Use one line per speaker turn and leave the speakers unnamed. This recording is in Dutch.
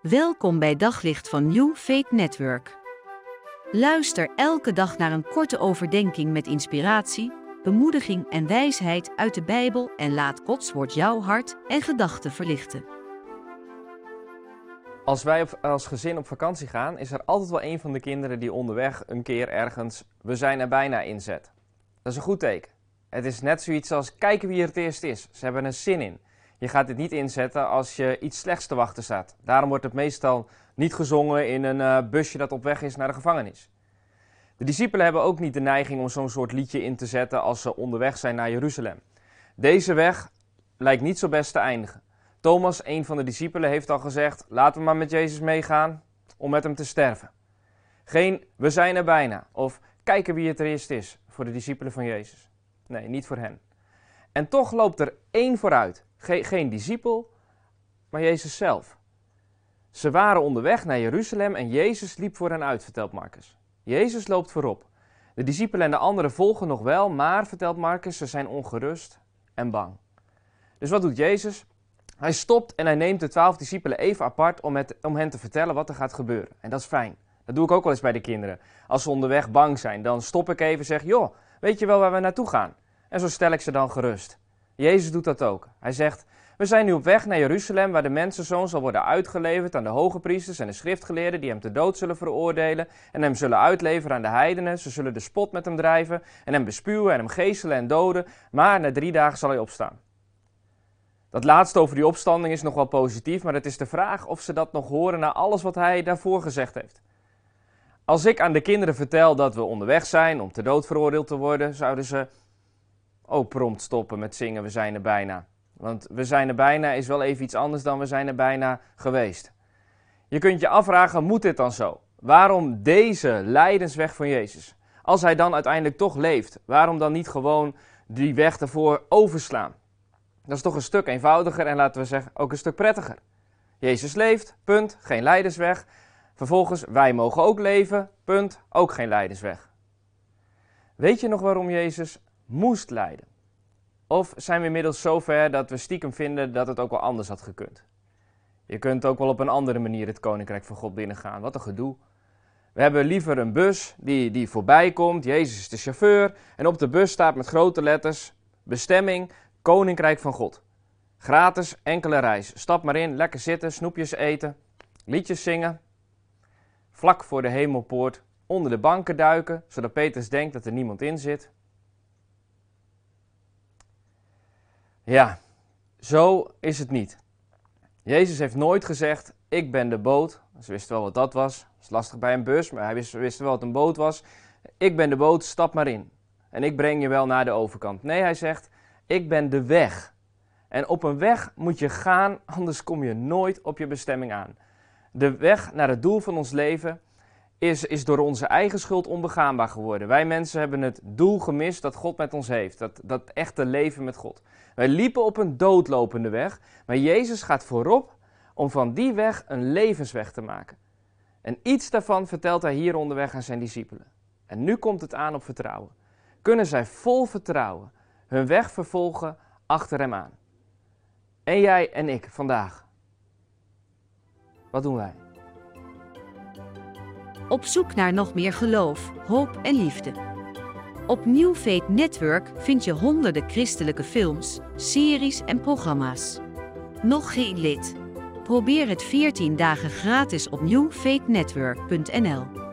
Welkom bij Daglicht van New Faith Network. Luister elke dag naar een korte overdenking met inspiratie, bemoediging en wijsheid uit de Bijbel en laat Gods woord jouw hart en gedachten verlichten.
Als wij als gezin op vakantie gaan, is er altijd wel een van de kinderen die onderweg een keer ergens "we zijn er bijna" inzet. Dat is een goed teken. Het is net zoiets als kijken wie er het eerst is. Ze hebben er zin in. Je gaat dit niet inzetten als je iets slechts te wachten staat. Daarom wordt het meestal niet gezongen in een busje dat op weg is naar de gevangenis. De discipelen hebben ook niet de neiging om zo'n soort liedje in te zetten als ze onderweg zijn naar Jeruzalem. Deze weg lijkt niet zo best te eindigen. Thomas, een van de discipelen, heeft al gezegd: laten we maar met Jezus meegaan om met hem te sterven. Geen "we zijn er bijna" of kijken wie het er eerst is voor de discipelen van Jezus. Nee, niet voor hen. En toch loopt er één vooruit. Geen discipel, maar Jezus zelf. Ze waren onderweg naar Jeruzalem en Jezus liep voor hen uit, vertelt Marcus. Jezus loopt voorop. De discipelen en de anderen volgen nog wel, maar, vertelt Marcus, ze zijn ongerust en bang. Dus wat doet Jezus? Hij stopt en hij neemt de 12 discipelen even apart om hen te vertellen wat er gaat gebeuren. En dat is fijn. Dat doe ik ook wel eens bij de kinderen. Als ze onderweg bang zijn, dan stop ik even en zeg: joh, weet je wel waar we naartoe gaan? En zo stel ik ze dan gerust. Jezus doet dat ook. Hij zegt: we zijn nu op weg naar Jeruzalem, waar de mensenzoon zal worden uitgeleverd aan de hoge priesters en de schriftgeleerden die hem ter dood zullen veroordelen en hem zullen uitleveren aan de heidenen. Ze zullen de spot met hem drijven en hem bespuwen en hem geeselen en doden, maar na 3 dagen zal hij opstaan. Dat laatste over die opstanding is nog wel positief, maar het is de vraag of ze dat nog horen na alles wat hij daarvoor gezegd heeft. Als ik aan de kinderen vertel dat we onderweg zijn om ter dood veroordeeld te worden, zouden ze ook prompt stoppen met zingen "we zijn er bijna". Want "we zijn er bijna" is wel even iets anders dan "we zijn er bijna geweest". Je kunt je afvragen, moet dit dan zo? Waarom deze lijdensweg van Jezus? Als hij dan uiteindelijk toch leeft, waarom dan niet gewoon die weg ervoor overslaan? Dat is toch een stuk eenvoudiger en, laten we zeggen, ook een stuk prettiger. Jezus leeft, punt, geen lijdensweg. Vervolgens, wij mogen ook leven, punt, ook geen lijdensweg. Weet je nog waarom Jezus moest lijden? Of zijn we inmiddels zover dat we stiekem vinden dat het ook wel anders had gekund? Je kunt ook wel op een andere manier het Koninkrijk van God binnengaan. Wat een gedoe. We hebben liever een bus die voorbij komt. Jezus is de chauffeur. En op de bus staat met grote letters: bestemming, Koninkrijk van God. Gratis, enkele reis. Stap maar in, lekker zitten, snoepjes eten, liedjes zingen. Vlak voor de hemelpoort, onder de banken duiken, zodat Petrus denkt dat er niemand in zit. Ja, zo is het niet. Jezus heeft nooit gezegd: ik ben de boot. Ze wisten wel wat dat was. Dat is lastig bij een bus, maar hij wist wel wat een boot was. Ik ben de boot, stap maar in. En ik breng je wel naar de overkant. Nee, hij zegt: ik ben de weg. En op een weg moet je gaan, anders kom je nooit op je bestemming aan. De weg naar het doel van ons leven is door onze eigen schuld onbegaanbaar geworden. Wij mensen hebben het doel gemist dat God met ons heeft. Dat echte leven met God. Wij liepen op een doodlopende weg, maar Jezus gaat voorop om van die weg een levensweg te maken. En iets daarvan vertelt hij hier onderweg aan zijn discipelen. En nu komt het aan op vertrouwen. Kunnen zij vol vertrouwen hun weg vervolgen achter hem aan? En jij en ik vandaag. Wat doen wij?
Op zoek naar nog meer geloof, hoop en liefde. Op New Faith Network vind je honderden christelijke films, series en programma's. Nog geen lid? Probeer het 14 dagen gratis op newfaithnetwork.nl.